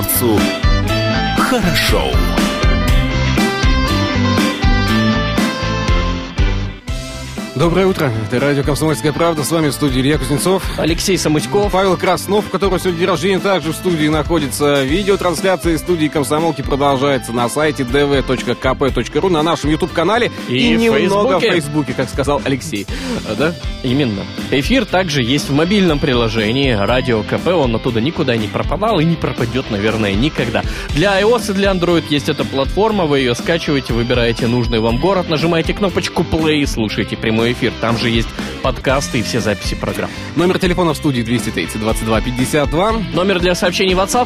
комсомольцу хорошо. Доброе утро. Это радио «Комсомольская правда». С вами в студии Илья Кузнецов, Алексей Самуськов, Павел Краснов, у которого сегодня день рождения, также в студии находится. Видеотрансляция из студии «Комсомолки» продолжается на сайте dv.kp.ru, на нашем YouTube-канале и немного в Фейсбуке, как сказал Алексей. Да? Именно. Эфир также есть в мобильном приложении «Радио КП». Он оттуда никуда не пропадал и не пропадет, наверное, никогда. Для iOS и для Android есть эта платформа. Вы ее скачиваете, выбираете нужный вам город, нажимаете кнопочку «Play», слушаете прямой эфир. Там же есть подкасты и все записи программ. Номер телефона в студии 230-22-52. Номер для сообщений WhatsApp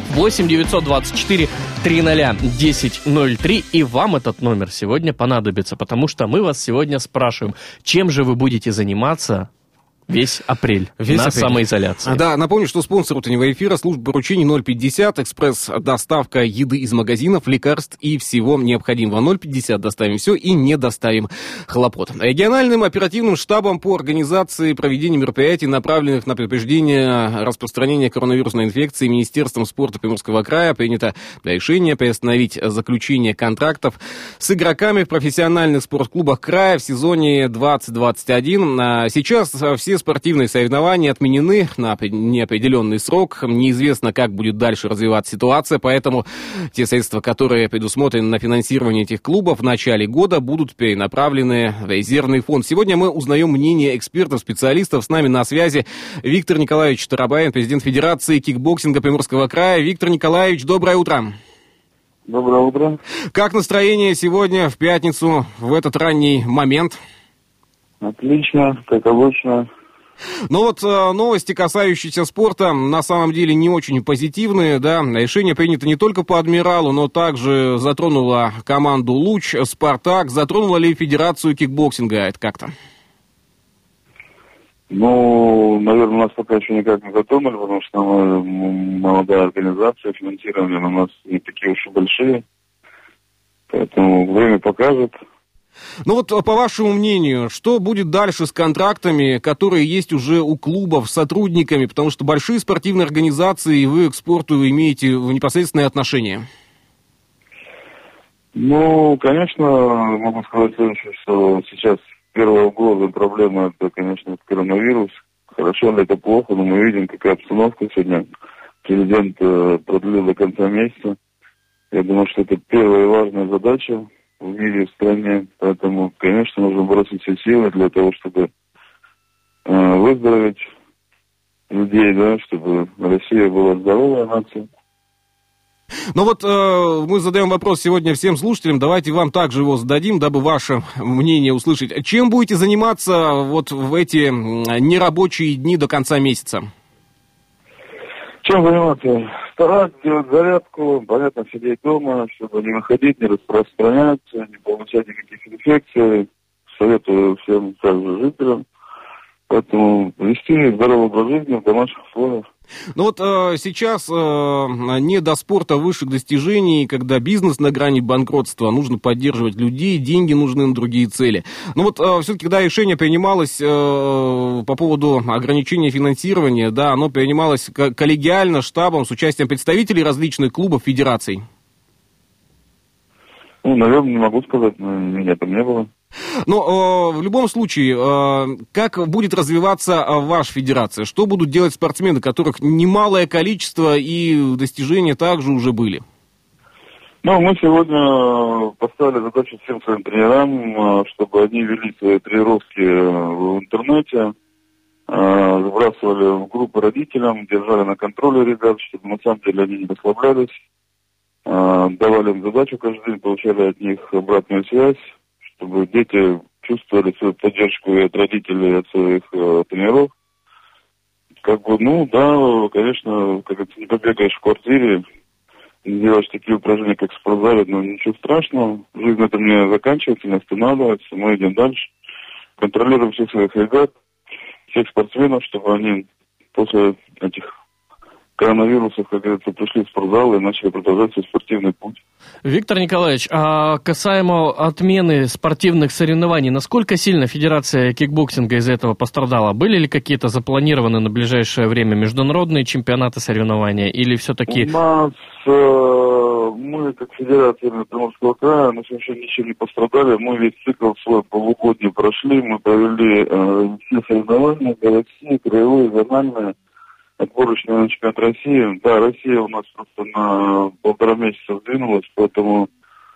8-924-300-1003. И вам этот номер сегодня понадобится, потому что мы вас сегодня спрашиваем, чем же вы будете заниматься весь апрель на самоизоляции. Да, напомню, что спонсор утреннего эфира — служба поручений 050, экспресс-доставка еды из магазинов, лекарств и всего необходимого. 050, доставим все и не доставим хлопот. Региональным оперативным штабом по организации проведения мероприятий, направленных на предупреждение распространения коронавирусной инфекции, Министерством спорта Приморского края принято решение приостановить заключение контрактов с игроками в профессиональных спортклубах края в сезоне 2021. Сейчас все спортивные соревнования отменены на неопределенный срок. Неизвестно, как будет дальше развиваться ситуация, поэтому те средства, которые предусмотрены на финансирование этих клубов в начале года, будут перенаправлены в резервный фонд. Сегодня мы узнаем мнение экспертов, специалистов. С нами на связи Виктор Николаевич Тарабаин, президент Федерации кикбоксинга Приморского края. Виктор Николаевич, доброе утро. Доброе утро. Как настроение сегодня, в пятницу, в этот ранний момент? Отлично, как обычно. Но вот новости, касающиеся спорта, на самом деле не очень позитивные, да. Решение принято не только по «Адмиралу», но также затронуло команду «Луч», «Спартак». Затронуло ли Федерацию кикбоксинга это как-то? Ну, наверное, нас пока еще никак не затронули, потому что мы молодая организация, финансирование у нас не такие уж и большие. Поэтому время покажет. Ну вот, по вашему мнению, что будет дальше с контрактами, которые есть уже у клубов, с сотрудниками? Потому что большие спортивные организации, и вы к спорту имеете непосредственное отношение. Ну, конечно, могу сказать следующее, что сейчас первая угроза, проблема, это, конечно, коронавирус. Хорошо ли это плохо, но мы видим, какая обстановка сегодня. Президент продлил до конца месяца. Я думаю, что это первая и важная задача в мире, в стране. Поэтому, конечно, нужно бросить все силы для того, чтобы выздороветь людей, да, чтобы Россия была здоровая нация. Ну вот мы задаем вопрос сегодня всем слушателям, давайте вам также его зададим, дабы ваше мнение услышать. Чем будете заниматься вот в эти нерабочие дни до конца месяца? Чем заниматься? Стараться делать зарядку, понятно, сидеть дома, чтобы не выходить, не распространяться, не получать никаких инфекций. Советую всем также жителям. Поэтому вести здоровый образ жизни в домашних условиях. Ну вот сейчас не до спорта высших достижений, когда бизнес на грани банкротства, нужно поддерживать людей, деньги нужны на другие цели. Но вот все-таки, когда решение принималось по поводу ограничения финансирования, да, оно принималось коллегиально, штабом, с участием представителей различных клубов, федераций. Ну, наверное, не могу сказать, но меня там не было. Но в любом случае, как будет развиваться ваша федерация? Что будут делать спортсмены, которых немалое количество и достижения также уже были? Ну, мы сегодня поставили задачу всем своим тренерам, чтобы они вели свои тренировки в интернете, сбрасывали в группы родителям, держали на контроле ребят, чтобы на самом деле они не расслаблялись, давали им задачу каждый день, получали от них обратную связь, чтобы дети чувствовали свою поддержку и от родителей, и от своих тренеров. Как бы, ну, да, конечно, как это, не побегаешь в квартире, не делаешь такие упражнения, как в спортзале, но ничего страшного. Жизнь это не заканчивается, не останавливается, мы идем дальше. Контролируем всех своих ребят, всех спортсменов, чтобы они после этих коронавирусов, как говорится, пришли в спортзал и начали продолжать свой спортивный путь. Виктор Николаевич, а касаемо отмены спортивных соревнований, насколько сильно Федерация кикбоксинга из этого пострадала? Были ли какие-то запланированы на ближайшее время международные чемпионаты, соревнования, или все-таки... У нас, мы, как Федерация Приморского края, на сегодняшний день ничем не пострадали. Мы весь цикл свой полугодие прошли, мы провели все соревнования, городские, краевые, зональные, отборочный на чемпионат России. Да, Россия у нас просто на 1,5 месяца сдвинулась, поэтому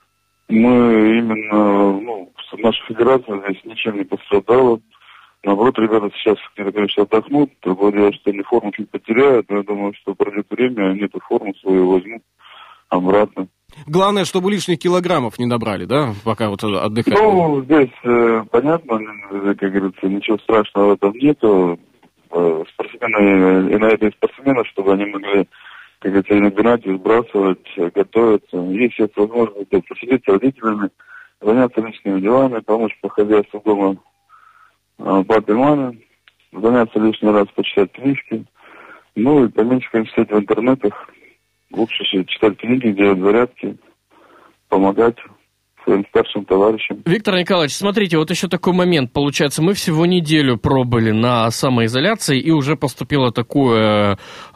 мы именно, наша федерация здесь ничем не пострадала. Наоборот, ребята сейчас, конечно, отдохнут, другое дело, что они форму чуть потеряют, но я думаю, что пройдет время, они эту форму свою возьмут обратно. Главное, чтобы лишних килограммов не набрали, да, пока вот отдыхают? Ну, здесь понятно, как говорится, ничего страшного в этом нету. Спортсмены, и на это и спортсмены, чтобы они могли, как говорится, и набирать, и сбрасывать, готовиться. Есть сейчас возможность посидеть с родителями, заняться личными делами, помочь по хозяйству дома папе и маме, заняться лишний раз, почитать книжки. Ну и поменьше, конечно, сидеть в интернетах. Лучше читать книги, делать зарядки, помогать своим старшим товарищам. Виктор Николаевич, смотрите, вот еще такой момент. Получается, мы всего неделю пробыли на самоизоляции, и уже поступило такое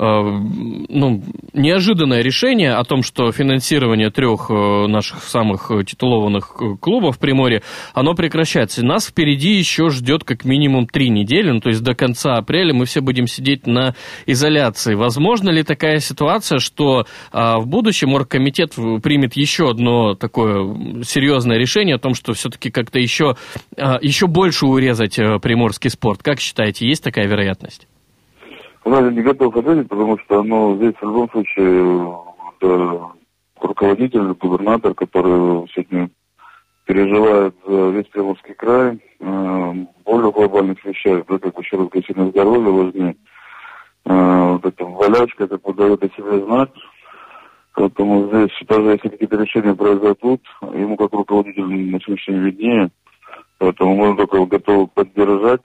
неожиданное решение о том, что финансирование 3 наших самых титулованных клубов в Приморье, оно прекращается. Нас впереди еще ждет как минимум 3 недели, то есть до конца апреля мы все будем сидеть на изоляции. Возможно ли такая ситуация, что в будущем оргкомитет примет еще одно такое серьезное решение о том, что все-таки как-то еще больше урезать приморский спорт? Как считаете, есть такая вероятность? Я не готов ответить, потому что здесь в любом случае руководитель, губернатор, который сегодня переживает за весь Приморский край, более глобальных вещей, еще раз говорю, здоровье важнее. Вот эта болячка, как бы дает о себе знать. Поэтому здесь даже если какие-то решения произойдут, ему как руководителю на сегодняшний день виднее. Поэтому мы только готовы поддержать.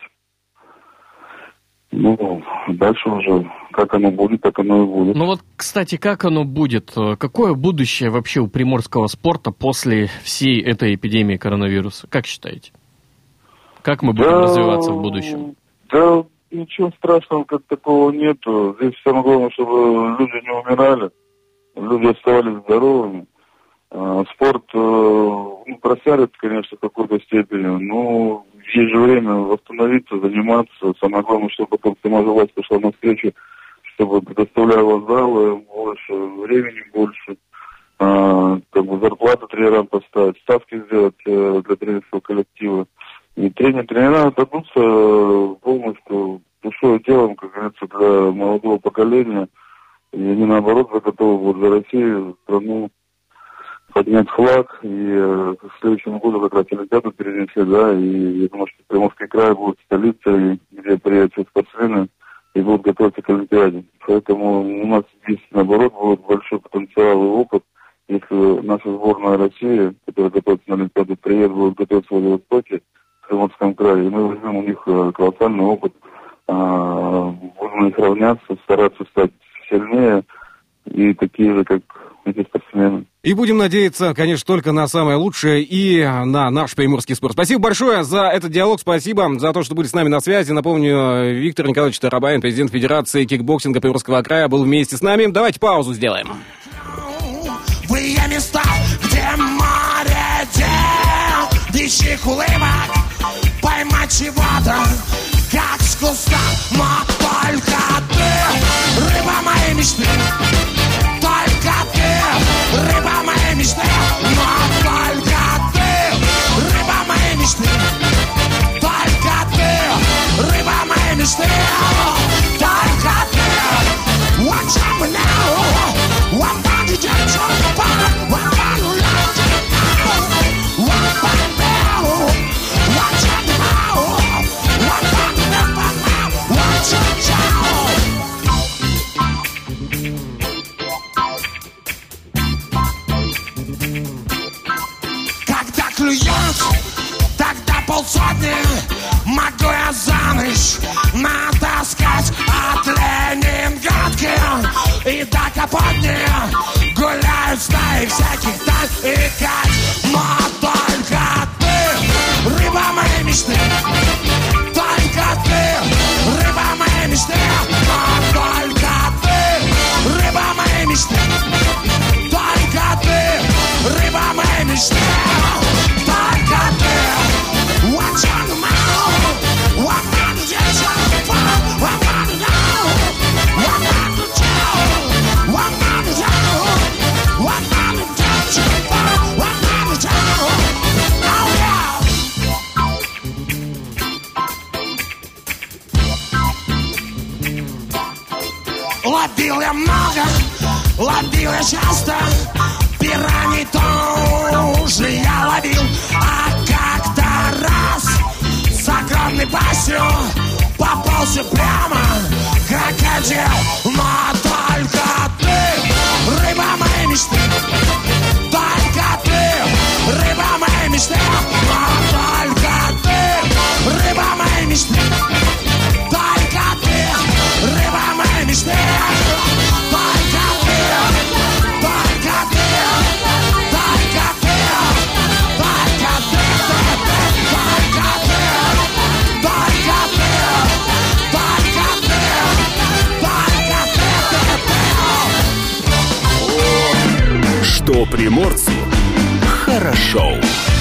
Дальше уже как оно будет, так оно и будет. Кстати, как оно будет? Какое будущее вообще у приморского спорта после всей этой эпидемии коронавируса? Как считаете? Как мы будем развиваться в будущем? Да, ничего страшного как такого нету. Здесь самое главное, чтобы люди не умирали. Люди оставались здоровыми. Спорт просядет, конечно, в какой-то степени, но есть же время восстановиться, заниматься. Самое главное, чтобы потом сама власть пошла навстречу, чтобы предоставляла залы больше, времени больше, зарплату тренерам поставить, ставки сделать для тренерского коллектива. И тренера дадутся полностью душой и телом, как говорится, для молодого поколения. И они, наоборот, готовы будут за Россию, страну, поднять флаг. И к следующему году как раз Олимпиаду перенесли, да, и я думаю, что Приморский край будет столицей, где приедут все спортсмены и будут готовиться к Олимпиаде. Поэтому у нас здесь, наоборот, будет большой потенциал и опыт. Если наша сборная России, которая готовится на Олимпиаду, приедет, будет готовиться в Владивостоке, в Приморском крае, и мы возьмем у них колоссальный опыт, будем на них равняться, стараться стать сильнее и такие же, как эти спортсмены. И будем надеяться, конечно, только на самое лучшее и на наш приморский спорт. Спасибо большое за этот диалог, спасибо за то, что были с нами на связи. Напомню, Виктор Николаевич Тарабайн, президент Федерации кикбоксинга Приморского края, был вместе с нами. Давайте паузу сделаем. В места, где море дел, дичьих улыбок, поймать чего-то, как с куста, но только ты, рыба моей мечты, только ты, рыба моей мечты, но только ты, рыба моей мечты, только ты, рыба моей мечты, только ты. Watch out now, what about you, Jackson? Watch out now, только подни гуляют стаи всяких так и как. Но только ты, рыба моей мечты. Только ты, рыба моей мечты. Но только ты, рыба моей мечты. Только ты, рыба моей мечты. Только ты. What's on the mouth? What not to do? What not to do? What not to do? What not to do? What not to do? What not to do? Oh yeah. Ловил я много, ловил я часто, пираний тоже я ловил. А как-то раз с огромной пастью попался прямо крокодил. Но только ты, рыба моей мечты. Только ты, рыба моей мечты. Но только ты, рыба моей мечты. Только ты, рыба моей мечты. Только ты, только ты, только ты, только ты, только ты, только ты, только ты. Что приморцу хорошо.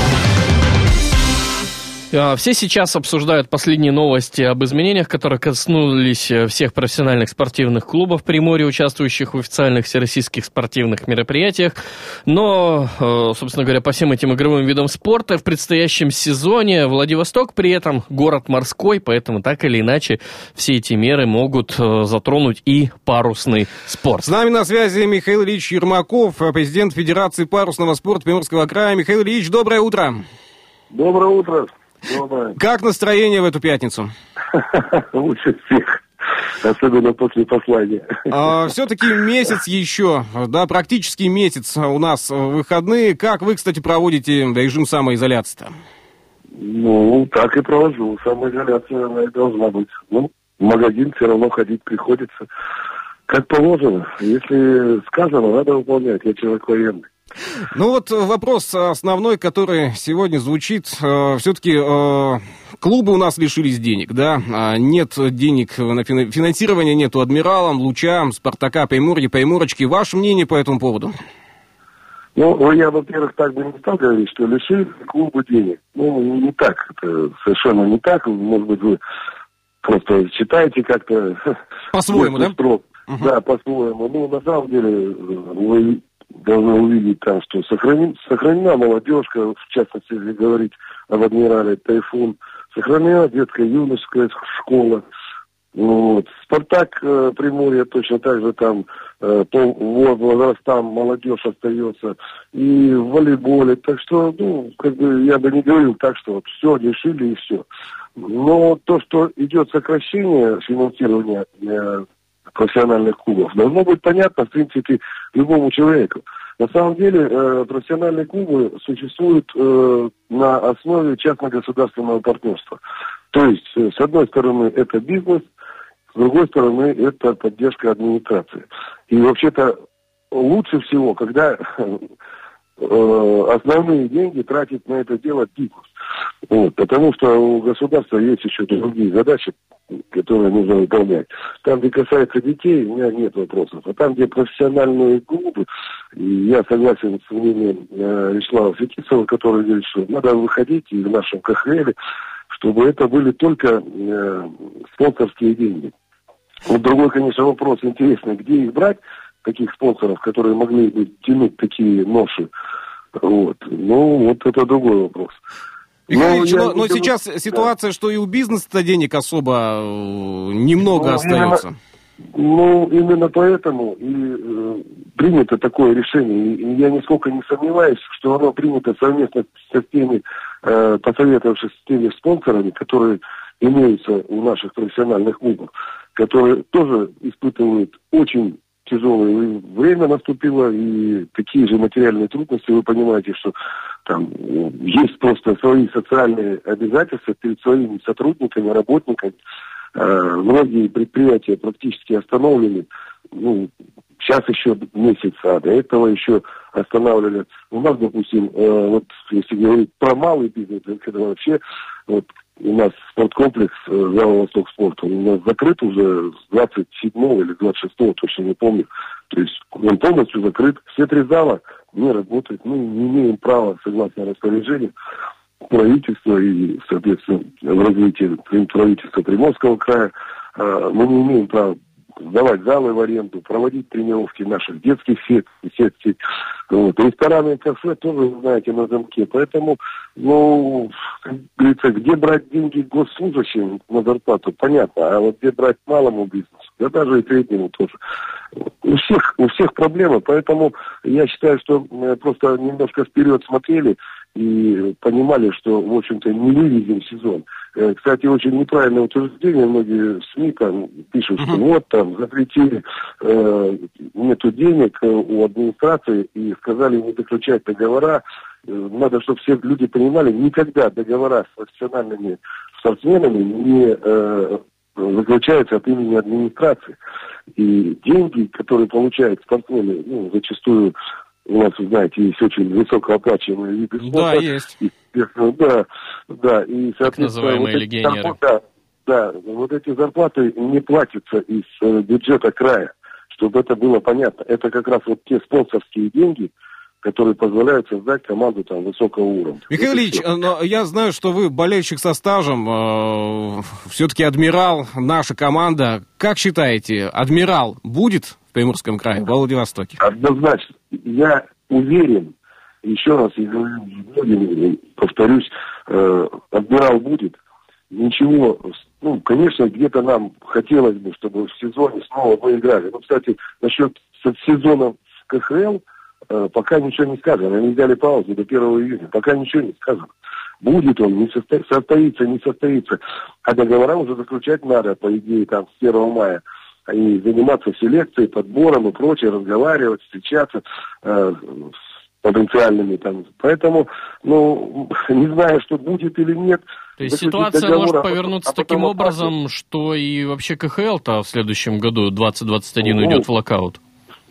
Все сейчас обсуждают последние новости об изменениях, которые коснулись всех профессиональных спортивных клубов Приморья, участвующих в официальных всероссийских спортивных мероприятиях. Но, собственно говоря, по всем этим игровым видам спорта в предстоящем сезоне Владивосток при этом город морской, поэтому так или иначе все эти меры могут затронуть и парусный спорт. С нами на связи Михаил Ильич Ермаков, президент Федерации парусного спорта Приморского края. Михаил Ильич, доброе утро. Доброе утро. Доброе. Как настроение в эту пятницу? Лучше всех, особенно после послания. Все-таки месяц еще, да, практически месяц у нас выходные. Как вы, кстати, проводите режим самоизоляции-то? Ну, так и провожу. Самоизоляция, она и должна быть. Ну, в магазин все равно ходить приходится. Как положено. Если сказано, надо выполнять. Я человек военный. Ну вот вопрос основной, который сегодня звучит. Все-таки клубы у нас лишились денег, да? Нет денег на финансирование, нету Адмиралам, Луча, Спартака, Приморья, Приморочки. Ваше мнение по этому поводу? Ну, я, во-первых, так бы не стал говорить, что лишили клубы денег. Ну, не так. Это совершенно не так. Может быть, вы просто читаете как-то... По-своему, да? Да, по-своему. Ну, на самом деле, вы должны увидеть там, что сохранена молодежка, в частности, если говорить об Адмирале, Тайфун, сохранена детская юношеская школа. Вот. Спартак Приморья точно так же там по возрастам молодежь остается. И в волейболе. Так что, ну, как бы я бы не говорил так, что вот все решили и все. Но то, что идет сокращение финансирования профессиональных клубов, должно быть понятно, в принципе, любому человеку. На самом деле, профессиональные клубы существуют на основе частно-государственного партнерства. То есть, с одной стороны, это бизнес, с другой стороны, это поддержка администрации. И вообще-то лучше всего, когда основные деньги тратит на это дело бизнес. Вот, потому что у государства есть еще другие задачи, которые нужно выполнять. Там, где касается детей, у меня нет вопросов. А там, где профессиональные клубы, и я согласен с мнением Вячеслава Фетисова, который говорит, что надо выходить и в нашем КХЛ, чтобы это были только спонсорские деньги. Вот другой, конечно, вопрос интересный, где их брать, таких спонсоров, которые могли бы тянуть такие ноши. Вот. Ну, вот это другой вопрос. Но сейчас ситуация, что и у бизнеса денег особо немного остается. Именно поэтому и принято такое решение. И я нисколько не сомневаюсь, что оно принято совместно со всеми, посоветовавшись с теми спонсорами, которые имеются у наших профессиональных клубов, которые тоже испытывают очень тяжелое время наступило, и такие же материальные трудности, вы понимаете, что там есть просто свои социальные обязательства перед своими сотрудниками, работниками. Многие предприятия практически остановлены. сейчас еще месяц, а до этого еще останавливали. У нас, допустим, вот если говорить про малый бизнес, это вообще вот у нас спорткомплекс зала «Восток спорта», он у нас закрыт уже с 27 или 26, точно не помню. То есть он полностью закрыт. Все 3 зала не работают. Мы не имеем права, согласно распоряжению правительства и, соответственно, в развитии правительства Приморского края, мы не имеем права сдавать залы в аренду, проводить тренировки наших детских секций. Вот. Рестораны и кафе тоже, вы знаете, на замке. Поэтому, как говорится, где брать деньги госслужащим на зарплату, понятно. А вот где брать малому бизнесу, да даже и среднему тоже. У всех проблемы. Поэтому я считаю, что просто немножко вперед смотрели и понимали, что, в общем-то, не вывезем сезон. Кстати, очень неправильное утверждение. Многие СМИ там пишут, что вот там запретили, нету денег у администрации и сказали не заключать договора. Надо, чтобы все люди понимали, никогда договора с профессиональными спортсменами не заключаются от имени администрации. И деньги, которые получают спортсмены, зачастую у нас, вы знаете, есть очень высокооплачиваемые виды спорта. Да, есть. И, соответственно, называемые вот легионеры. вот эти зарплаты не платятся из бюджета края, чтобы это было понятно. Это как раз вот те спонсорские деньги, которые позволяют создать команду там высокого уровня. Михаил Ильич, я знаю, что вы болельщик со стажем, все-таки «Адмирал», наша команда. Как считаете, «Адмирал» будет в Приморском крае, в Владивостоке? Однозначно. Я уверен, еще раз я говорю, повторюсь, «Адмирал» будет. Ничего, конечно, где-то нам хотелось бы, чтобы в сезоне снова мы играли. Кстати, насчет сезона в КХЛ, пока ничего не сказано. Они взяли паузу до 1 июня. Пока ничего не сказано. Будет он, не состоится, не состоится. А договора уже заключать надо, по идее, там, с 1 мая. И заниматься селекцией, подбором и прочее, разговаривать, встречаться с потенциальными там. Поэтому, не знаю, что будет или нет. То есть ситуация может повернуться таким образом, что и вообще КХЛ-то в следующем году, 2021, уйдет в локаут?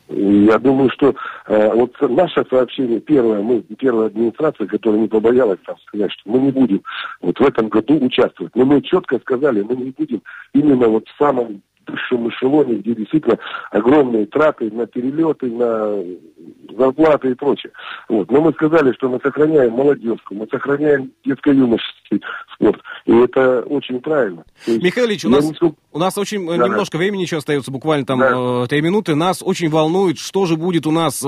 Я думаю, что вот наше сообщение, первая администрация, которая не побоялась там сказать, что мы не будем вот в этом году участвовать. Но мы четко сказали, мы не будем именно вот в самом высшем эшелоне, где действительно огромные траты на перелеты, на зарплаты и прочее. Вот. Но мы сказали, что мы сохраняем молодежку, мы сохраняем детско-юношеский спорт. И это очень правильно. Михаил Ильич, у нас очень немножко времени еще остается, буквально там 3 минуты. Нас очень волнует, что же будет у нас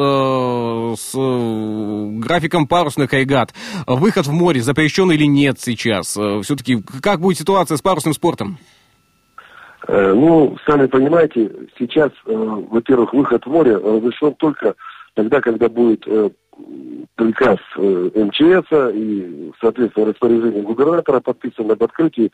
с графиком парусных регат. Выход в море запрещен или нет сейчас? Все-таки как будет ситуация с парусным спортом? Сами понимаете, сейчас, во-первых, выход в море разрешен только тогда, когда будет приказ МЧС и, соответственно, распоряжение губернатора подписано об открытии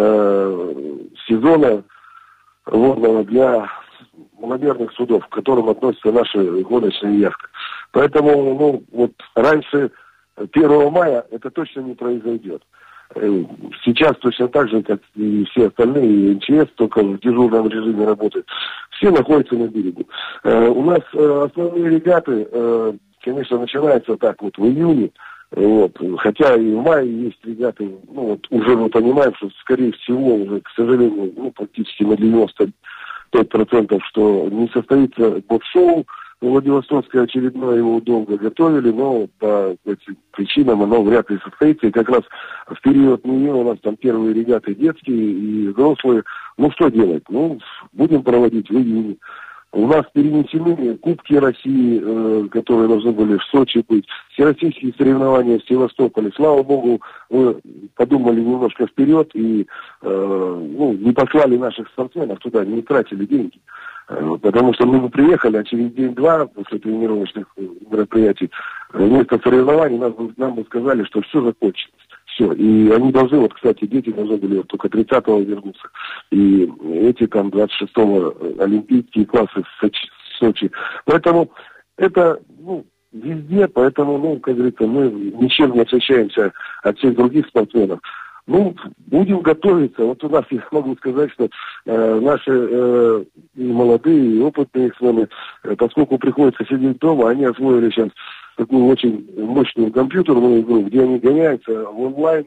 сезона водного для маломерных судов, к которым относятся наши гоночные яхты. Поэтому, раньше 1 мая это точно не произойдет. Сейчас точно так же, как и все остальные, и МЧС, только в дежурном режиме работает. Все находятся на берегу. У нас основные регаты, конечно, начинаются так вот в июне. Хотя и в мае есть регаты. Уже мы понимаем, что, скорее всего, уже, к сожалению, практически на 95%, что не состоится бот-шоу. Владивостокское очередное его долго готовили, но по этим причинам оно вряд ли состоится. И как раз в период июня у нас там первые регаты детские и взрослые. Что делать? Будем проводить в июне. У нас перенесены Кубки России, которые должны были в Сочи быть, всероссийские соревнования в Севастополе. Слава богу, мы подумали немножко вперед и не послали наших спортсменов туда, не тратили деньги. Потому что мы бы приехали, а через день-два после тренировочных мероприятий вместо соревнований нам бы сказали, что все закончилось. Все. И они должны, кстати, дети должны были только 30-го вернуться. И эти там 26-го олимпийские классы в Сочи. Поэтому это, везде, поэтому, как говорится, мы ничем не отличаемся от всех других спортсменов. Будем готовиться. У нас, я могу сказать, что наши молодые молодые и опытные смены, поскольку приходится сидеть дома, они освоили сейчас такую очень мощную компьютерную игру, где они гоняются в онлайн,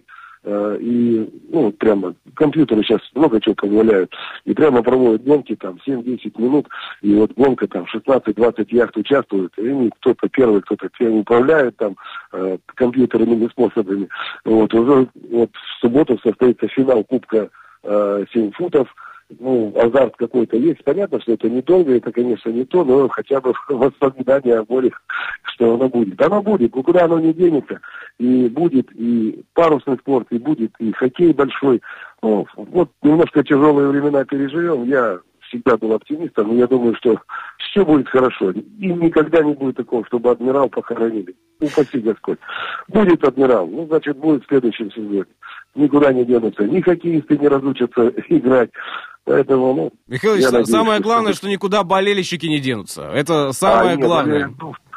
и, ну, прямо компьютеры сейчас много чего позволяют, и прямо проводят гонки там 7-10 минут, и вот гонка там 16-20 яхт участвуют, и они кто-то первый, кто-то управляет там компьютерными способами. Вот, уже вот в субботу состоится финал Кубка 7 футов. Ну, азарт какой-то есть. Понятно, что это недолго, это, конечно, не то, но хотя бы воспоминания о море, что оно будет. Оно будет, никуда оно не денется. И будет и парусный спорт, и будет и хоккей большой. Ну, вот немножко тяжелые времена переживем. Я всегда был оптимистом, но я думаю, что все будет хорошо. И никогда не будет такого, чтобы адмирал похоронили. Упаси Господь. Будет адмирал, ну, значит, будет в следующем сезоне. Никуда не денутся. Ни хоккеисты не разучатся играть. Поэтому, ну, Михаил Ильич, самое главное, что никуда болельщики не денутся. Это самое главное.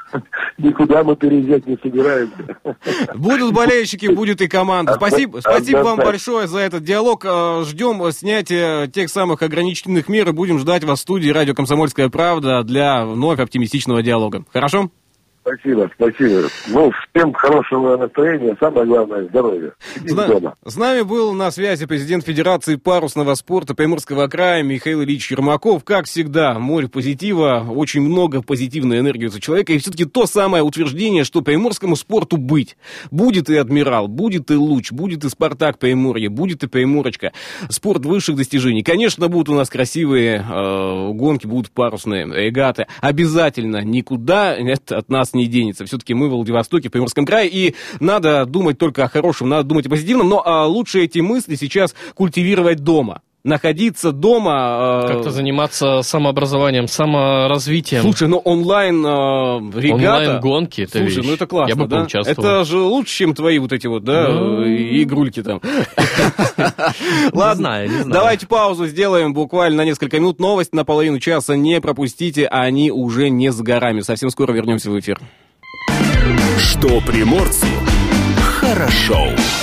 Никуда мы переезжать не собираемся. Будут болельщики, будет и команда. Спасибо вам большое за этот диалог. Ждем снятия тех самых ограничительных мер и будем ждать вас в студии «Радио Комсомольская правда» для вновь оптимистичного диалога. Хорошо? Спасибо. Ну, всем хорошего настроения, самое главное, здоровья. Дома. С нами был на связи президент Федерации парусного спорта Приморского края Михаил Ильич Ермаков. Как всегда, море позитива, очень много позитивной энергии у человека. И все-таки то самое утверждение, что приморскому спорту быть. Будет и адмирал, будет и луч, будет и Спартак Приморье, будет и Приморочка. Спорт высших достижений. Конечно, будут у нас красивые гонки, будут парусные регаты. Обязательно никуда это от нас не денется. Все-таки мы в Владивостоке, в Приморском крае, и надо думать только о хорошем, надо думать о позитивном, но лучше эти мысли сейчас культивировать дома. Находиться дома... Как-то заниматься самообразованием, саморазвитием. Слушай, ну онлайн-регата... Онлайн-гонки, это Слушай, ну это классно, я бы да? поучаствовал. Это же лучше, чем твои вот эти вот, да, игрульки там. Ладно, давайте паузу сделаем буквально на несколько минут. Новость на половину часа не пропустите, они уже не за горами. Совсем скоро вернемся в эфир. Что приморцу хорошо.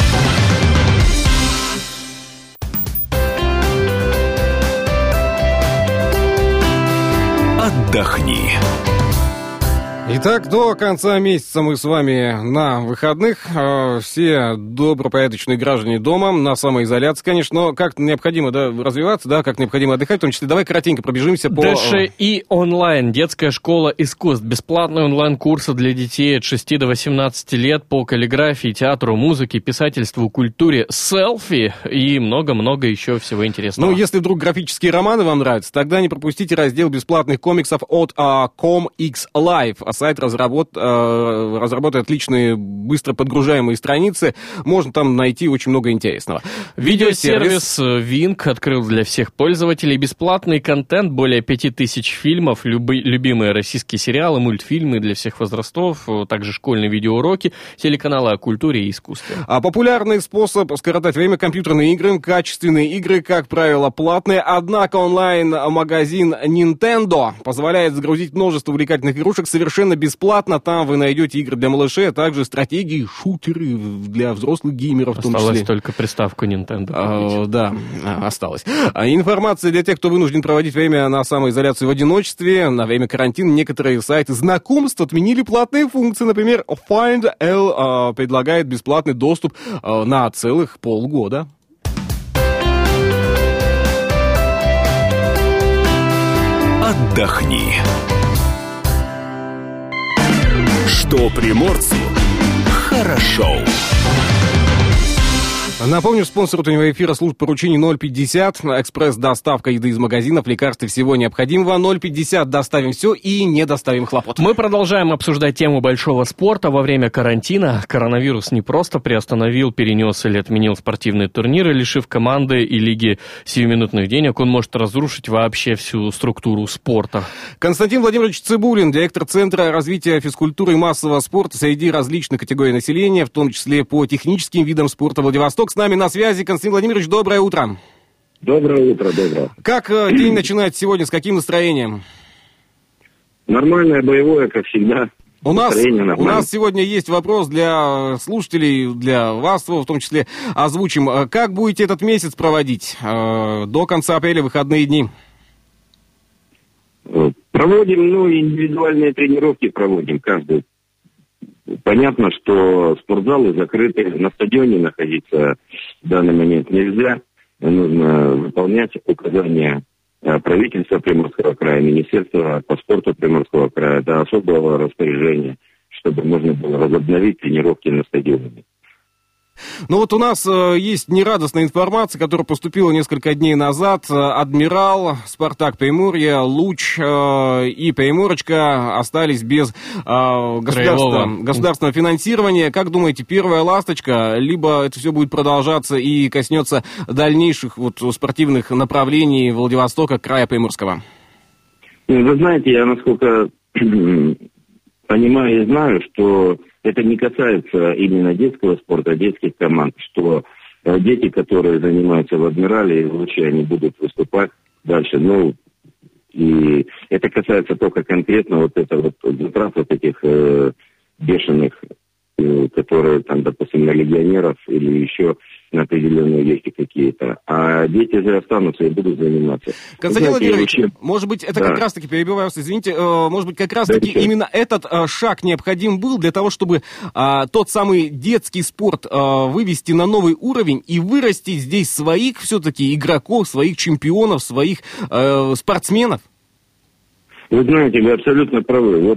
Отдохни. Итак, до конца месяца мы с вами на выходных. Все добропорядочные граждане дома, на самоизоляции, конечно, но как необходимо, да, развиваться, да, как необходимо отдыхать, в том числе. Давай коротенько пробежимся по... ДШИ онлайн, детская школа искусств, бесплатные онлайн-курсы для детей от 6 до 18 лет по каллиграфии, театру, музыке, писательству, культуре, селфи и много-много еще всего интересного. Ну, если вдруг графические романы вам нравятся, тогда не пропустите раздел бесплатных комиксов от ComX Live. Сайт разработает отличные, быстро подгружаемые страницы. Можно там найти очень много интересного. Видеосервис Wink открыл для всех пользователей бесплатный контент, более 5000 фильмов, любимые российские сериалы, мультфильмы для всех возрастов, также школьные видеоуроки, телеканалы о культуре и искусстве. А популярный способ скоротать время — компьютерные игры. Качественные игры, как правило, платные. Однако онлайн-магазин Nintendo позволяет загрузить множество увлекательных игрушек совершенно бесплатно. Там вы найдете игры для малышей, а также стратегии, шутеры для взрослых геймеров в том числе. Осталось только приставку Nintendo. Да, осталось. Информация для тех, кто вынужден проводить время на самоизоляции в одиночестве. На время карантина некоторые сайты знакомств отменили платные функции. Например, FindL предлагает бесплатный доступ на целых полгода. Отдохни. Что приморцу хорошо. Напомню, спонсор утреннего эфира — служба поручений 050, экспресс-доставка еды из магазинов, лекарств и всего необходимого. 050, доставим все и не доставим хлопот. Мы продолжаем обсуждать тему большого спорта во время карантина. Коронавирус не просто приостановил, перенес или отменил спортивные турниры, лишив команды и лиги сиюминутных денег, он может разрушить вообще всю структуру спорта. Константин Владимирович Цыбулин, директор Центра развития физкультуры и массового спорта среди различных категорий населения, в том числе по техническим видам спорта Владивосток, с нами на связи. Константин Владимирович, доброе утро. Доброе утро, доброе. Как день начинается сегодня, с каким настроением? Нормальное, боевое, как всегда. У нас сегодня есть вопрос для слушателей, для вас в том числе. Озвучим. Как будете этот месяц проводить? До конца апреля, выходные дни. Проводим, индивидуальные тренировки проводим каждый. Понятно, что спортзалы закрыты, на стадионе находиться в данный момент нельзя. Нужно выполнять указания правительства Приморского края, Министерства по спорту Приморского края, до особого распоряжения, чтобы можно было возобновить тренировки на стадионе. Ну вот у нас есть нерадостная информация, которая поступила несколько дней назад. Адмирал, Спартак Приморье, Луч и Приморочка остались без государственного финансирования. Как думаете, первая ласточка, либо это все будет продолжаться и коснется дальнейших спортивных направлений Владивостока, края Приморского? Вы знаете, я насколько понимаю и знаю, что это не касается именно детского спорта, детских команд, что дети, которые занимаются в Адмирале, лучше они будут выступать дальше. И это касается только конкретно затрат этих бешеных, которые там, допустим, на легионеров или еще на определенные вещи какие-то. А дети же останутся и будут заниматься. Константин Владимирович, может быть, это как раз-таки, перебиваю вас, извините, может быть, как раз-таки именно этот шаг необходим был для того, чтобы тот самый детский спорт вывести на новый уровень и вырастить здесь своих все-таки игроков, своих чемпионов, своих спортсменов? Вы знаете, вы абсолютно правы.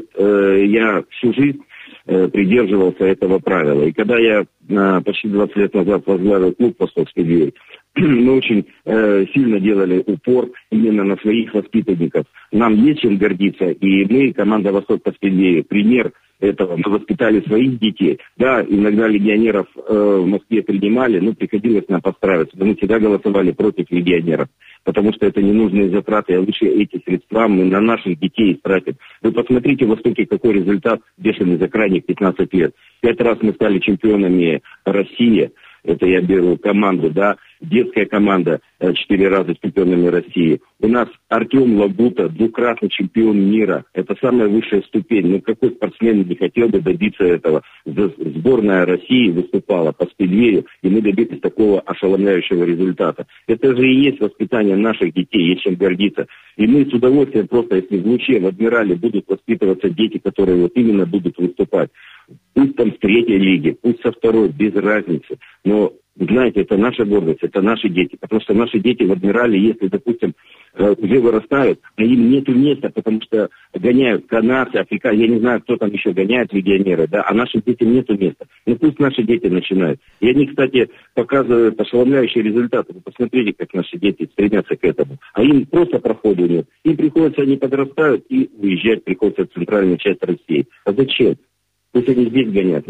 Я всю жизнь придерживался этого правила. И когда я почти 20 лет назад возглавил клуб «Восток Спидвей», мы очень сильно делали упор именно на своих воспитанников. Нам есть чем гордиться, и мы, команда «Восток Спидвей», пример этого. Мы воспитали своих детей. Да, иногда легионеров в Москве принимали, но приходилось нам подстраиваться. Мы всегда голосовали против легионеров, потому что это ненужные затраты, а лучше эти средства мы на наших детей тратим. Вы посмотрите в Востоке, какой результат бешеный за крайних 15 лет. 5 раз мы стали чемпионами России. Это я беру команду, да, детская команда 4 раза чемпионами России. У нас Артем Лагута, 2-кратный чемпион мира. Это самая высшая ступень. Какой спортсмен не хотел бы добиться этого? Сборная России выступала по спидвею, и мы добились такого ошеломляющего результата. Это же и есть воспитание наших детей, есть чем гордиться. И мы с удовольствием просто, если в Луче, в Адмирале будут воспитываться дети, которые именно будут выступать. Пусть там с 3-й лиги, пусть со 2-й, без разницы. Но, знаете, это наша гордость, это наши дети. Потому что наши дети в Адмирале, если, допустим, уже вырастают, а им нету места, потому что гоняют канадцы, африканцы, я не знаю, кто там еще гоняет легионеры, да, а нашим детям нету места. Пусть наши дети начинают. И они, кстати, показывают ошеломляющие результаты. Вы посмотрите, как наши дети стремятся к этому. А им просто проходу нет. Им приходится, они подрастают и уезжать приходится в центральную часть России. А зачем? Пусть они здесь гонят.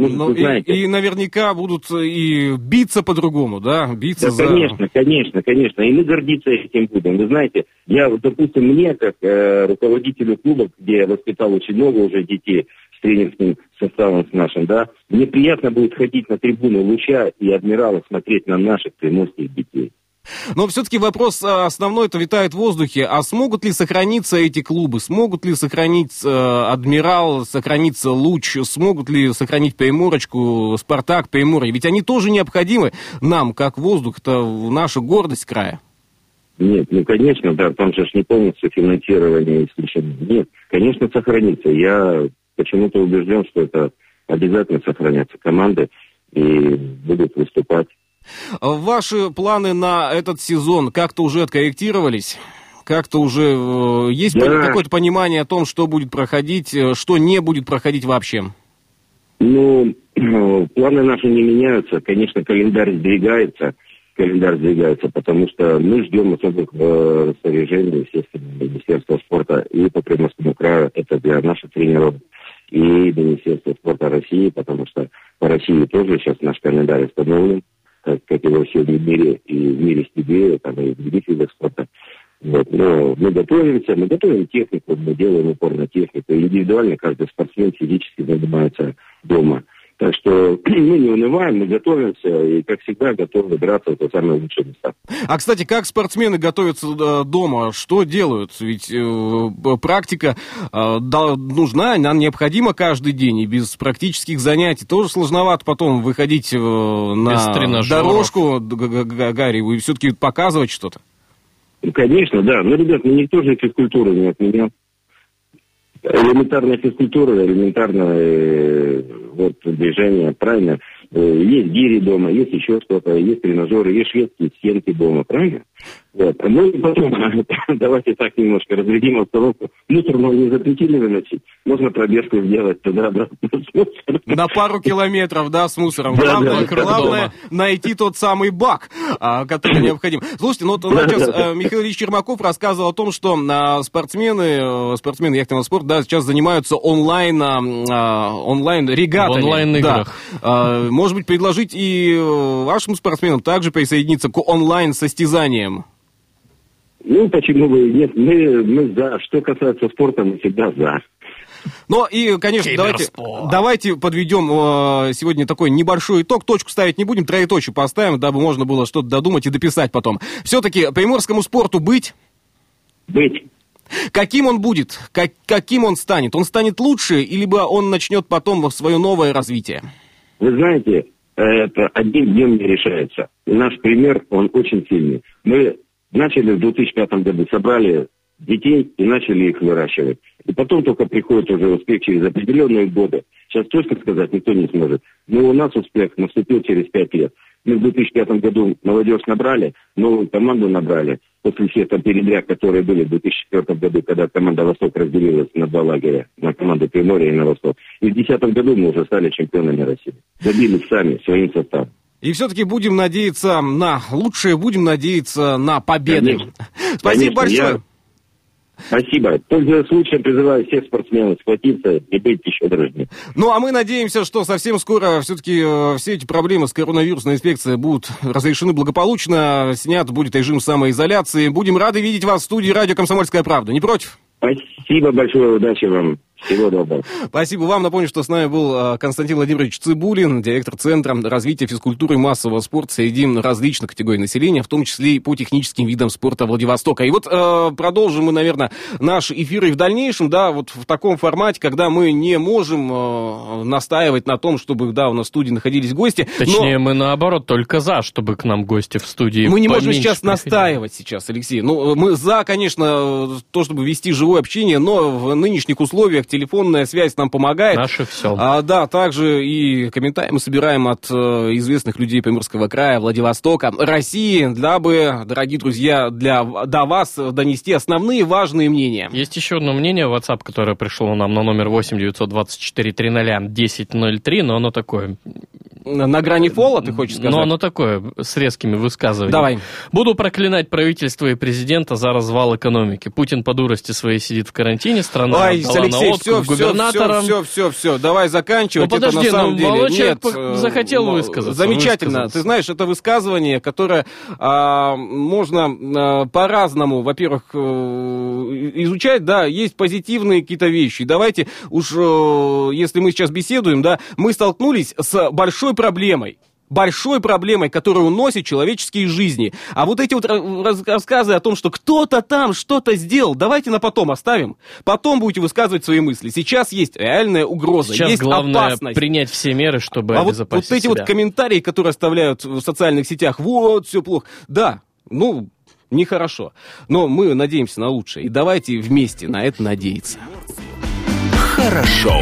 И наверняка будут и биться по-другому, да? Биться да, конечно. И мы гордиться этим будем. Вы знаете, допустим, мне, как руководителю клуба, где я воспитал очень много уже детей с тренерским составом с нашим, да, мне приятно будет ходить на трибуну Луча и Адмирала, смотреть на наших приморских детей. Но все-таки вопрос основной-то витает в воздухе. А смогут ли сохраниться эти клубы? Смогут ли сохраниться Адмирал, сохраниться Луч? Смогут ли сохранить Приморочку, Спартак, Приморье? Ведь они тоже необходимы нам, как воздух. Это наша гордость края. Нет, конечно, да, там же не полностью финансирование исключено. Нет, конечно, сохранится. Я почему-то убежден, что это обязательно сохранятся команды и будут выступать. Ваши планы на этот сезон как-то уже откорректировались? Как-то уже есть какое-то понимание о том, что будет проходить, что не будет проходить вообще? Планы наши не меняются. Конечно, календарь сдвигается, потому что мы ждем особых распоряжений, естественно, Министерства спорта и по Приморскому краю. Это для наших тренеров. И Министерства спорта России, потому что по России тоже сейчас наш календарь установлен, как и во всем мире, и в мире спидвея, там и в других видах спорта. Но мы готовим технику, мы делаем упор на технику. Индивидуально каждый спортсмен физически занимается дома. Так что мы не унываем, мы готовимся и, как всегда, готовы драться за самые лучшие места. А, кстати, как спортсмены готовятся дома? Что делают? Ведь практика нужна, она необходима каждый день. И без практических занятий тоже сложновато потом выходить на дорожку Гарри и все-таки показывать что-то. Конечно, да. Но, ребят, никто же физкультуру не отменял. элементарная физкультура, элементарное вот движение, правильно? Есть гири дома, есть еще что-то, есть тренажеры, есть шведские стенки дома, правильно? Вот. Ну и потом, давайте так немножко разрядим обстановку. Мусор не запретили выносить, можно пробежку сделать туда-обратно с мусором. На пару километров, да, с мусором. Да, Главное найти тот самый бак, который необходим. Слушайте, ну вот сейчас Михаил Ильич Ермаков рассказывал о том, что спортсмены яхтенного спорта, да, сейчас занимаются онлайн регатами. В онлайн-играх. Да. Может быть, предложить и вашим спортсменам также присоединиться к онлайн-состязаниям? Ну, почему бы и нет? Мы за. Что касается спорта, мы всегда за. Ну и, конечно, давайте подведем сегодня такой небольшой итог. Точку ставить не будем, троеточие поставим, дабы можно было что-то додумать и дописать потом. Все-таки приморскому спорту быть? Быть. Каким он будет? Каким он станет? Он станет лучше, или он начнет потом свое новое развитие? Вы знаете, это одним днем не решается. И наш пример, он очень сильный. Мы начали в 2005 году, собрали детей и начали их выращивать. И потом только приходит уже успех через определенные годы. Сейчас точно сказать никто не сможет. Но у нас успех наступил через 5 лет. Мы в 2005 году молодежь набрали, новую команду набрали. После всех там передряг, которые были в 2004 году, когда команда «Восток» разделилась на 2 лагеря, на команду «Приморье» и на «Восток». И в 2010 году мы уже стали чемпионами России. Добились сами, своим составом. И все-таки будем надеяться на лучшее, будем надеяться на победы. Конечно. Спасибо большое. Спасибо. Пользуясь случаем, призываю всех спортсменов схватиться и быть еще дружнее. Ну, а мы надеемся, что совсем скоро все-таки все эти проблемы с коронавирусной инфекцией будут разрешены благополучно, снят будет режим самоизоляции. Будем рады видеть вас в студии радио «Комсомольская правда». Не против? Спасибо большое, удачи вам. Всего доброго. Спасибо вам. Напомню, что с нами был Константин Владимирович Цыбулин, директор Центра развития физкультуры и массового спорта среди различных категорий населения, в том числе и по техническим видам спорта Владивостока. И вот продолжим мы, наверное, наши эфиры в дальнейшем, да, вот в таком формате, когда мы не можем настаивать на том, чтобы, да, у нас в студии находились гости. Точнее, мы наоборот только за, чтобы к нам гости в студии мы не можем сейчас приходили. настаивать сейчас, Алексей. Ну, мы за, конечно, то, чтобы вести живое общение, но в нынешних условиях телефонная связь нам помогает. Наше все. Да, также и комментарии мы собираем от известных людей Приморского края, Владивостока, России, дабы, дорогие друзья, до вас донести основные важные мнения. Есть еще одно мнение в WhatsApp, которое пришло нам на номер 8 924 300 1003, но оно такое... На грани фола, ты хочешь сказать? Но оно такое, с резкими высказываниями. Давай. Буду проклинать правительство и президента за развал экономики. Путин по дурости своей сидит в карантине, страна отдала Алексей, на откуп губернаторам. Все, давай заканчивать. Ну подожди, это, на самом деле, молодой человек нет, захотел высказаться. Замечательно. Ты знаешь, это высказывание, которое можно по-разному, во-первых, изучать, да, есть позитивные какие-то вещи. Давайте уж, если мы сейчас беседуем, да, мы столкнулись с большой проблемой, которая уносит человеческие жизни. А вот эти вот рассказы о том, что кто-то там что-то сделал, давайте на потом оставим. Потом будете высказывать свои мысли. Сейчас есть реальная угроза, сейчас есть главное опасность. Принять все меры, чтобы обезопасить вот эти себя. вот комментарии, которые оставляют в социальных сетях, вот, все плохо. Да, ну, нехорошо. Но мы надеемся на лучшее. И давайте вместе на это надеяться. Хорошо.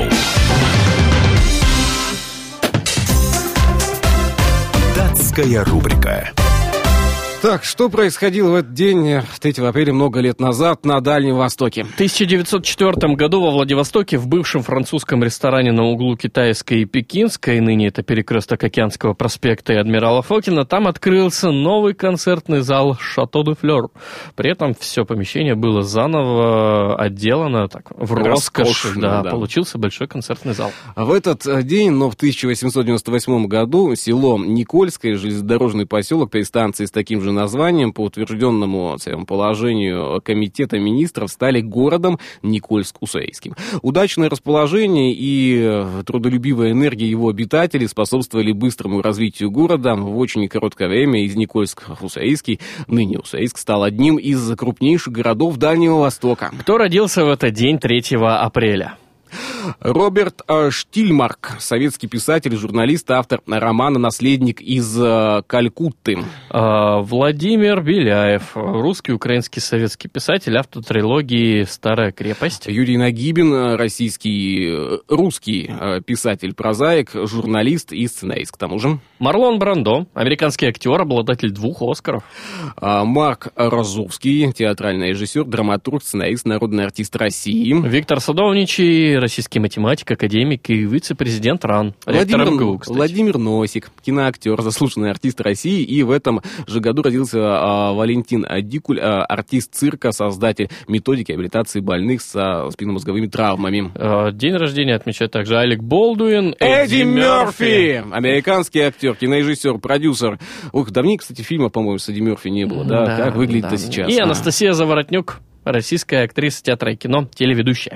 Датская рубрика. Так, что происходило в этот день, 3 апреля, много лет назад, на Дальнем Востоке? В 1904 году во Владивостоке в бывшем французском ресторане на углу Китайской и Пекинской, ныне это перекресток Океанского проспекта и Адмирала Фокина, там открылся новый концертный зал «Шато де Флёр». При этом все помещение было заново отделано так, в роскошь. Да, получился большой концертный зал. В этот день, но в 1898 году, село Никольское, железнодорожный поселок при станции с таким же названием, по утвержденному положению Комитета министров, стали городом Никольск-Уссурийским. Удачное расположение и трудолюбивая энергия его обитателей способствовали быстрому развитию города. В очень короткое время из Никольск-Уссурийский, ныне Уссурийск, стал одним из крупнейших городов Дальнего Востока. Кто родился в этот день 3 апреля? Роберт Штильмарк, советский писатель, журналист, автор романа «Наследник из Калькутты». Владимир Беляев, русский, украинский, советский писатель, автор трилогии «Старая крепость». Юрий Нагибин, русский писатель, прозаик, журналист и сценарист, к тому же. Марлон Брандо, американский актер, обладатель 2 Оскаров. Марк Розовский, театральный режиссер, драматург, сценарист, народный артист России. Виктор Садовничий, российский математик, академик и вице-президент РАН. Ректор МГУ, кстати. Владимир Носик, киноактер, заслуженный артист России. И в этом же году родился Валентин Дикуль, артист цирка, создатель методики реабилитации больных со спинномозговыми травмами. День рождения отмечает также Алек Болдуин, Эдди Мерфи, американский актер, кинорежиссер, продюсер. Давненько, кстати, фильма, по-моему, с Эдди Мерфи не было, да? Как выглядит-то сейчас? И Анастасия Заворотнюк, российская актриса театра и кино, телеведущая.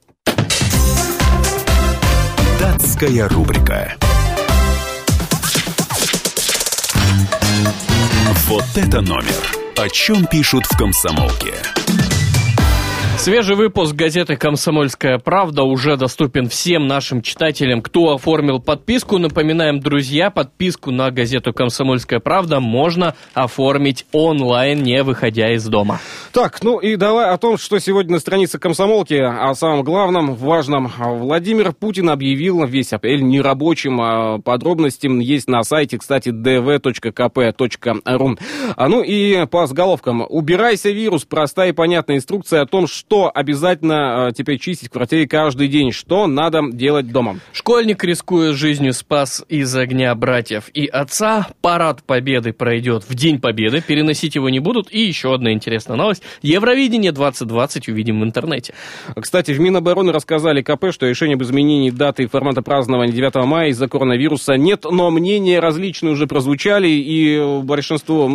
Датская рубрика. Вот это номер. О чем пишут в «Комсомолке». Свежий выпуск газеты «Комсомольская правда» уже доступен всем нашим читателям, кто оформил подписку. Напоминаем, друзья, подписку на газету «Комсомольская правда» можно оформить онлайн, не выходя из дома. Так, и давай о том, что сегодня на странице «Комсомолки», о самом главном, важном. Владимир Путин объявил весь апрель нерабочим. Подробности есть на сайте, кстати, dv.kp.ru. И по заголовкам. «Убирайся, вирус». Простая и понятная инструкция о том, что обязательно теперь чистить в квартире каждый день, что надо делать дома. Школьник, рискуя жизнью, спас из огня братьев и отца. Парад Победы пройдет в День Победы, переносить его не будут. И еще одна интересная новость. Евровидение 2020 увидим в интернете. Кстати, в Минобороны рассказали КП, что решение об изменении даты и формата празднования 9 мая из-за коронавируса нет, но мнения различные уже прозвучали, и большинство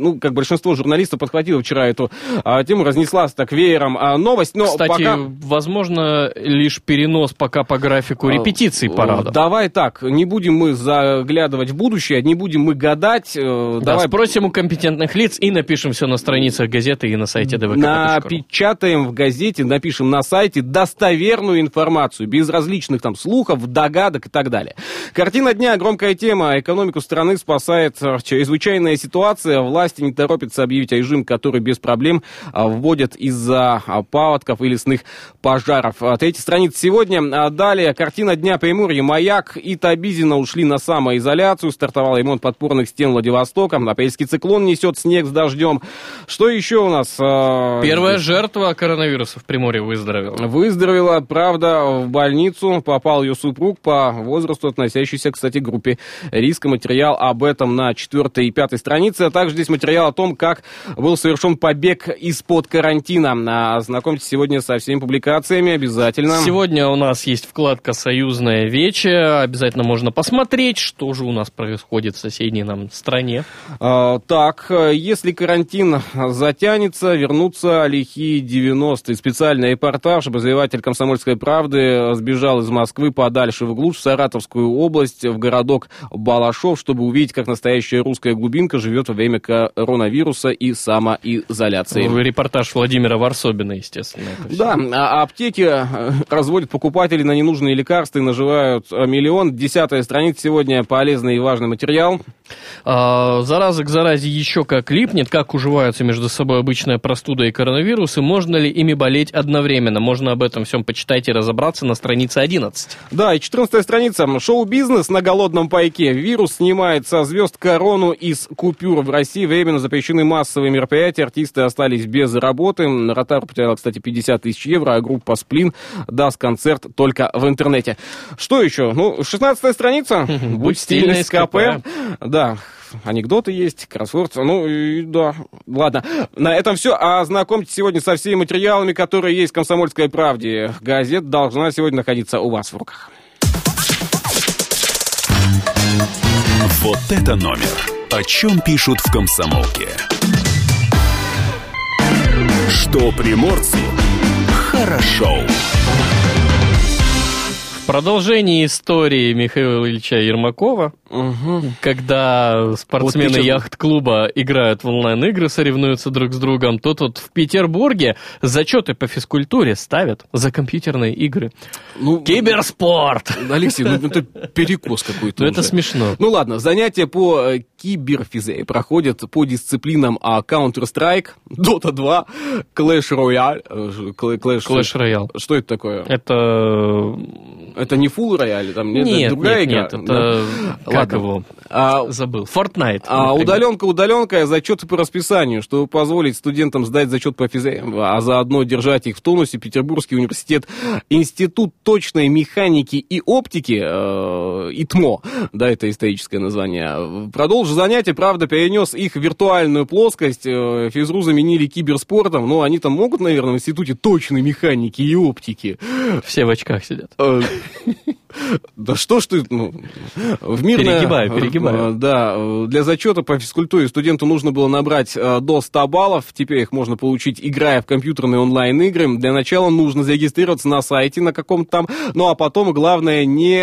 журналистов подхватило вчера эту тему, разнеслась так веером новость, но кстати, пока... возможно, лишь перенос пока по графику репетиций парада. Давай так, не будем мы заглядывать в будущее, не будем мы гадать. Давай спросим у компетентных лиц и напишем все на страницах газеты и на сайте ДВК. Напечатаем в газете, напишем на сайте достоверную информацию, без различных слухов, догадок и так далее. Картина дня, громкая тема. Экономику страны спасает чрезвычайная ситуация. Власти не торопятся объявить режим, который без проблем вводят из-за паводков и лесных пожаров. Третья страница сегодня. Далее картина дня. Приморье. Маяк и Табизино ушли на самоизоляцию. Стартовал ремонт подпорных стен Владивостока. Апрельский циклон несет снег с дождем. Что еще у нас? Первая жертва коронавируса в Приморье выздоровела. Выздоровела, правда, в больницу. Попал ее супруг по возрасту, относящийся, кстати, к группе риска. Материал об этом на 4 и 5 странице. А также здесь материал о том, как был совершен побег из-под карантина. Знакомьтесь сегодня со всеми публикациями обязательно. Сегодня у нас есть вкладка «Союзная вече». Обязательно можно посмотреть, что же у нас происходит в соседней нам стране. Так, если карантин затянется, вернутся лихие 90-е. Специальный репортаж. Обозреватель «Комсомольской правды» сбежал из Москвы подальше в глушь, в Саратовскую область, в городок Балашов, чтобы увидеть, как настоящая русская глубинка живет во время коронавируса и самоизоляции. Репортаж Владимира Варсобина, естественно. Да, аптеки разводят покупателей на ненужные лекарства и наживают миллион. 10-я страница сегодня, полезный и важный материал. Зараза к заразе еще как липнет, как уживаются между собой обычная простуда и коронавирус, и можно ли ими болеть одновременно. Можно об этом всем почитать и разобраться на странице 11. Да, и 14-я страница. Шоу-бизнес на голодном пайке. Вирус снимает со звезд корону из купюр. В России временно запрещены массовые мероприятия. Артисты остались без работы. Ротару потеряла, кстати, 50 тысяч евро, а группа «Сплин» даст концерт только в интернете. Что еще? 16-я страница. Будь стильный с КП. Да. Анекдоты есть, кроссворд, да, ладно. На этом все. Ознакомьтесь сегодня со всеми материалами, которые есть в «Комсомольской правде». Газета должна сегодня находиться у вас в руках. Вот это номер. О чем пишут в «Комсомолке». Что приморцу хорошо. В Продолжение истории Михаила Ильича Ермакова, когда спортсмены яхт-клуба играют в онлайн-игры, соревнуются друг с другом, то тут в Петербурге зачеты по физкультуре ставят за компьютерные игры. Киберспорт! Алексей, это перекос какой-то. Это смешно. Ну ладно, занятия по киберфизе проходят по дисциплинам Counter-Strike, Dota 2, Clash Royale. Clash Royale. Что это такое? Это не Full Royale? Там, нет, другая игра? Нет, это... Как его? Забыл. Fortnite. Удаленка, зачеты по расписанию, чтобы позволить студентам сдать зачет по физе, а заодно держать их в тонусе, Петербургский университет, Институт точной механики и оптики, ИТМО, да, это историческое название, продолжил занятия, правда, перенес их в виртуальную плоскость, физру заменили киберспортом, но они там могут, наверное, в Институте точной механики и оптики. Все в очках сидят. Да что ж ты, Перегибаю. Да, для зачета по физкультуре студенту нужно было набрать до 100 баллов, теперь их можно получить, играя в компьютерные онлайн-игры. Для начала нужно зарегистрироваться на сайте на каком-то там, ну а потом, главное,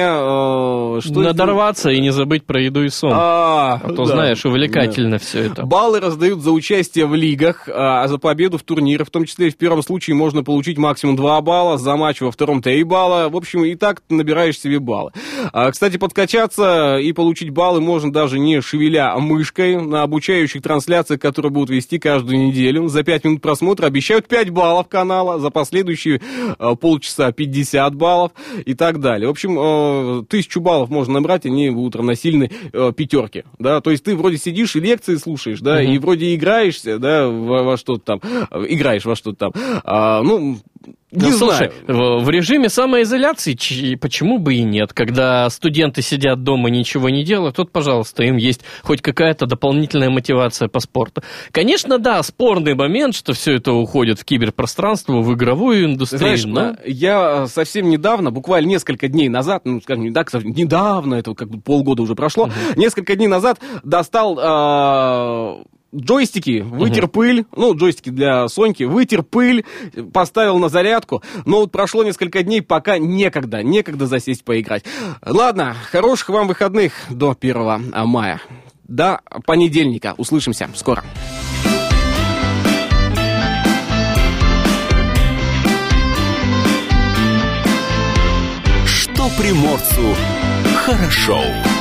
надорваться и не забыть про еду и сон. Знаешь, увлекательно все это. Баллы раздают за участие в лигах, а за победу в турнире, в том числе в первом случае можно получить максимум 2 балла, за матч во втором 3 балла, в общем, и так ты набираешь себе баллы. Кстати, подкачаться и получить баллы можно даже не шевеля мышкой на обучающих трансляциях, которые будут вести каждую неделю. За 5 минут просмотра обещают 5 баллов канала, за последующие полчаса 50 баллов и так далее. В общем, 1000 баллов можно набрать, они будут равносильны 5. Да? То есть ты вроде сидишь и лекции слушаешь, да, и вроде играешься, да, во что-то там, играешь во что-то там. Не слушай, знаю. В режиме самоизоляции почему бы и нет? Когда студенты сидят дома, ничего не делают, тут, пожалуйста, им есть хоть какая-то дополнительная мотивация по спорту. Конечно, да, спорный момент, что все это уходит в киберпространство, в игровую индустрию. Знаешь, я совсем недавно, буквально несколько дней назад, скажем, недавно, это как бы полгода уже прошло, несколько дней назад достал... джойстики, вытер пыль, джойстики для Соньки, вытер пыль, поставил на зарядку, но вот прошло несколько дней, пока некогда засесть поиграть. Ладно, хороших вам выходных до 1 мая. До понедельника. Услышимся скоро. Что приморцу хорошо.